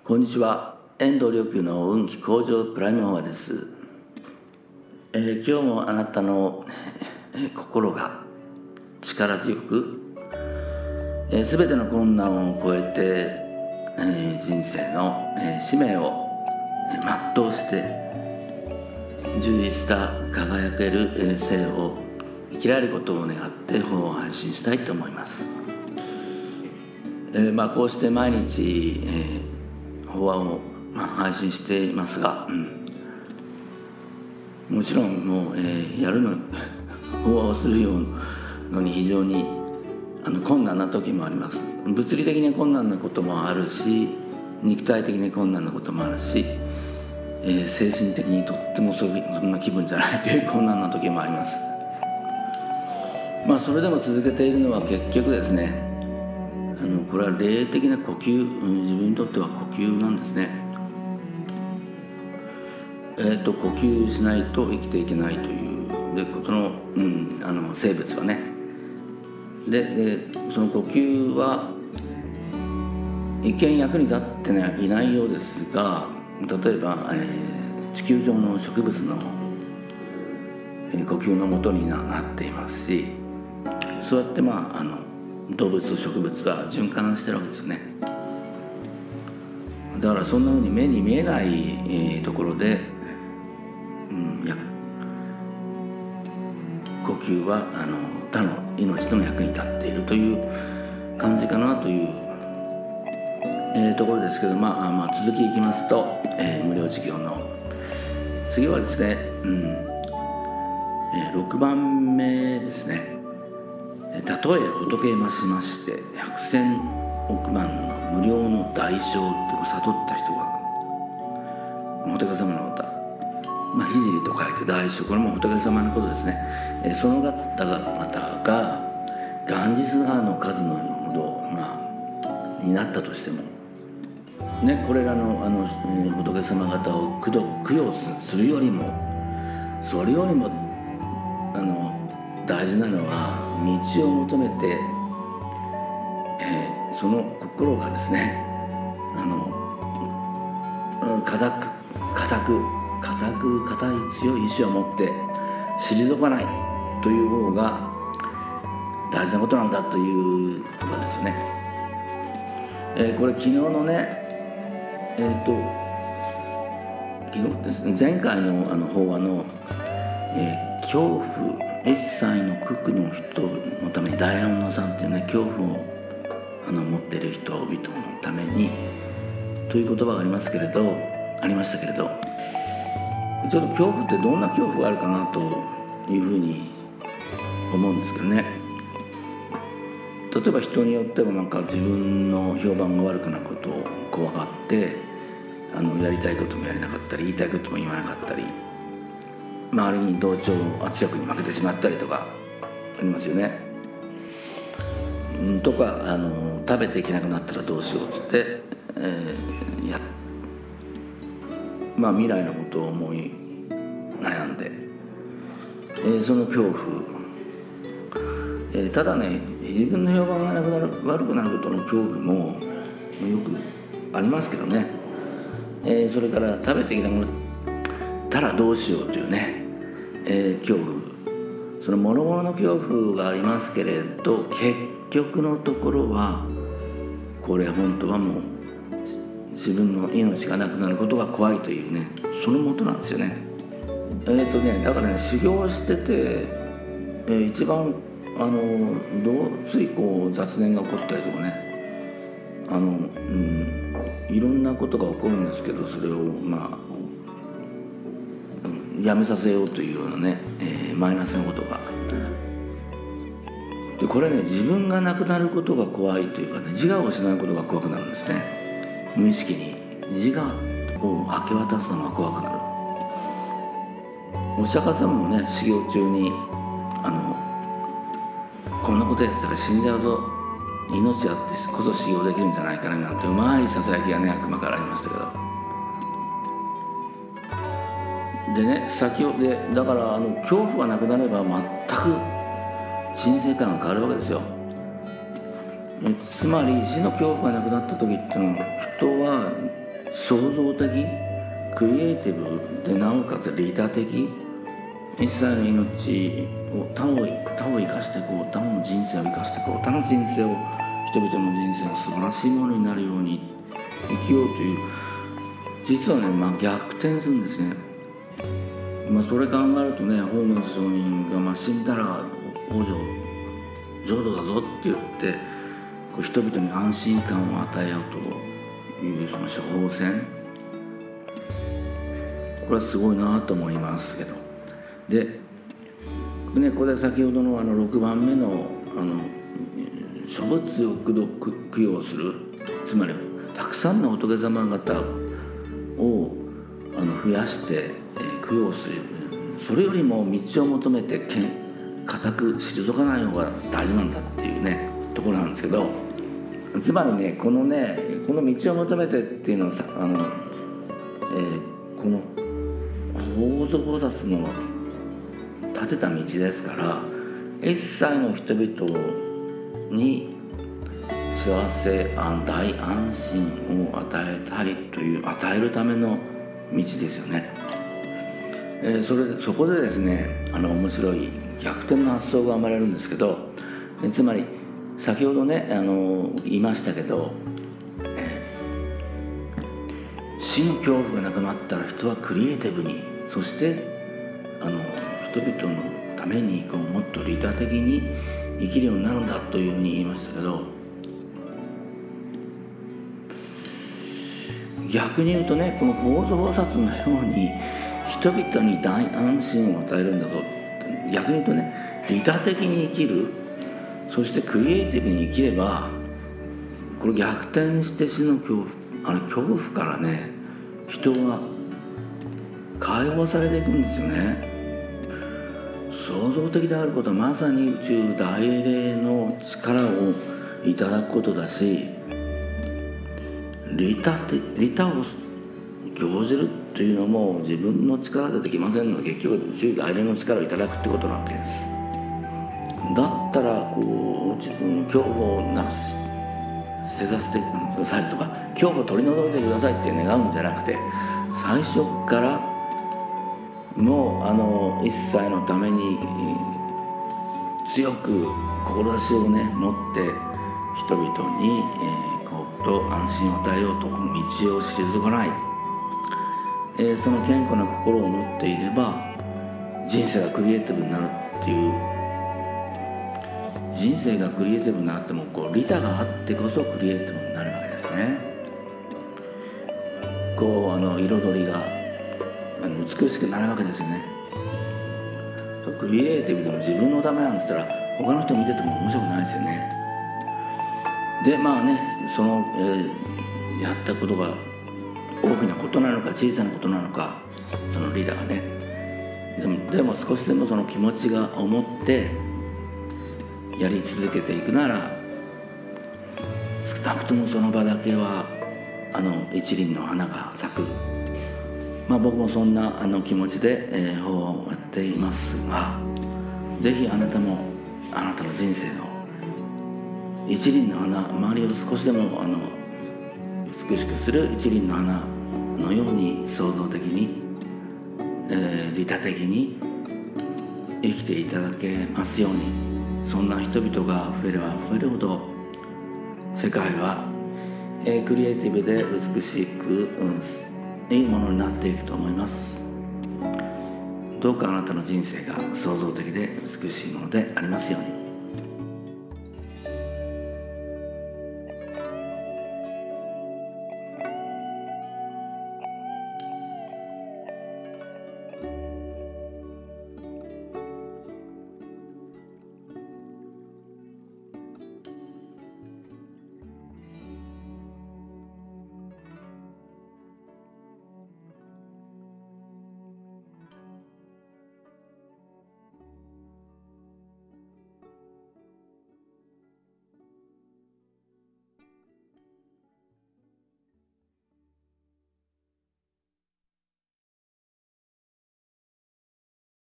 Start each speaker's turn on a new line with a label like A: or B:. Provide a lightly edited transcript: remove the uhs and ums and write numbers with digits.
A: こんにちは。遠藤良久の運気向上プライムアワーです。今日もあなたの、心が力強く、全ての困難を超えて、人生の、使命を、全うして充実した輝ける、生を生きられることを願って本を配信したいと思います。こうして毎日、法話を配信していますが、もちろんもう、やるの法話をするのに非常に困難な時もあります。物理的に困難なこともあるし、肉体的に困難なこともあるし、精神的にとってもそんな気分じゃないという困難な時もあります。それでも続けているのは結局ですね、これは霊的な呼吸、自分にとっては呼吸なんですね。呼吸しないと生きていけないということの、生物はね。で、その呼吸は一見役に立っていないようですが、例えば、地球上の植物の、呼吸の元になっていますし、そうやって動物と植物は循環してるわけですよね。だからそんなふうに目に見えない、ところで、呼吸は他の命の役に立っているという感じかなという、ところですけど、続きいきますと、無料授業の次はですね、6番目ですね。たとえ仏ましまして百千億万の無料の代償って悟った人が仏様の歌、聖と書いて代償、これも仏様のことですね。その方々がガンジス川の数のほど、になったとしてもね、これらの仏様方を供養するよりも、それよりも大事なのは道を求めて、その心がですね、固い強い意志を持って退かないという方が大事なことなんだという言葉ですよね。これ昨日のね、昨日ですね、前回の法話の、恐怖一切の苦苦の人のために大安野さんっていうね、恐怖を持っている人々のためにという言葉がありましたけれど、ちょっと恐怖ってどんな恐怖があるかなというふうに思うんですけどね。例えば人によっても自分の評判が悪くなることを怖がってやりたいこともやれなかったり、言いたいことも言わなかったり、周りに同調圧力に負けてしまったりとかありますよね。とか食べていけなくなったらどうしようっつって、未来のことを思い悩んで、その恐怖、ただね、自分の評判が悪くなることの恐怖もよくありますけどね。それから食べていけなくなったらどうしようというね、恐怖、その諸々の恐怖がありますけれど、結局のところはこれ本当はもう自分の命がなくなることが怖いというね、そのもとなんですよね。だからね、修行してて、一番つい雑念が起こったりとかね、いろんなことが起こるんですけど、それをやめさせようというようなね、マイナスなことがで、これね、自分がなくなることが怖いというかね、自我を失うことが怖くなるんですね。無意識に自我を明け渡すのが怖くなる。お釈迦様もね、修行中にこんなことやってたら死んじゃうぞ、命あってこそ修行できるんじゃないかななんてうまいささやきがね、悪魔からありましたけど、でね、だから恐怖がなくなれば全く人生観が変わるわけですよ。つまり死の恐怖がなくなった時っていうのは、人は創造的、クリエイティブでなおかつ利他的、一切の命を他を生かしていこう、他の人生を生かしていこう、他の人生を、人々の人生を素晴らしいものになるように生きようという、実はね、逆転するんですね。それ考えるとね、法然上人が死んだら浄土だぞって言って人々に安心感を与えようというその処方箋、これはすごいなと思いますけど、でね、これ先ほどの6番目の諸仏を供養する、つまりたくさんの仏様方を増やして供養する、それよりも道を求めて固く退かない方が大事なんだっていうねところなんですけど、つまりねこの道を求めてっていうのはこの法蔵菩薩の立てた道ですから、一切の人々に幸せ大安心を与えたいという、与えるための道ですよね。そこでですね面白い逆転の発想が生まれるんですけど、つまり先ほどね言いましたけど、死の恐怖がなくなったら人はクリエイティブに、そして人々のためにもっと利他的に生きるようになるんだというふうに言いましたけど、逆に言うとね、この法蔵菩薩のように人々に大安心を与えるんだぞ、逆に言うとね、利他的に生きる、そしてクリエイティブに生きれば、これ逆転して死の恐怖からね、人は解放されていくんですよね。創造的であることはまさに宇宙大霊の力をいただくことだし、利他を行じるというのも自分の力でできませんので、結局宇宙大霊の力をいただくってことなわけです。だったら自分の恐怖をなくせさせてくださいとか、恐怖を取り除いてくださいって願うんじゃなくて、最初からもう一切のために強く志をね持って人々に安心を与えようと道を退かない、その健康な心を持っていれば人生がクリエイティブになるっていう、人生がクリエイティブになっても利他があってこそクリエイティブになるわけですね。彩りが美しくなるわけですよね。クリエイティブでも自分のためなんて言ったら他の人見てても面白くないですよね。でその、やったことが大きなことなのか小さなことなのか、そのリーダーがね、でも少しでもその気持ちが思ってやり続けていくなら、少なくともその場だけは一輪の花が咲く、僕もそんな気持ちで、法をやっていますが、ぜひあなたもあなたの人生の一輪の花、周りを少しでも美しくする一輪の花のように創造的に、利他的に生きていただけますように。そんな人々が増えれば増えるほど世界は、クリエイティブで美しく、いいものになっていくと思います。どうかあなたの人生が創造的で美しいものでありますように。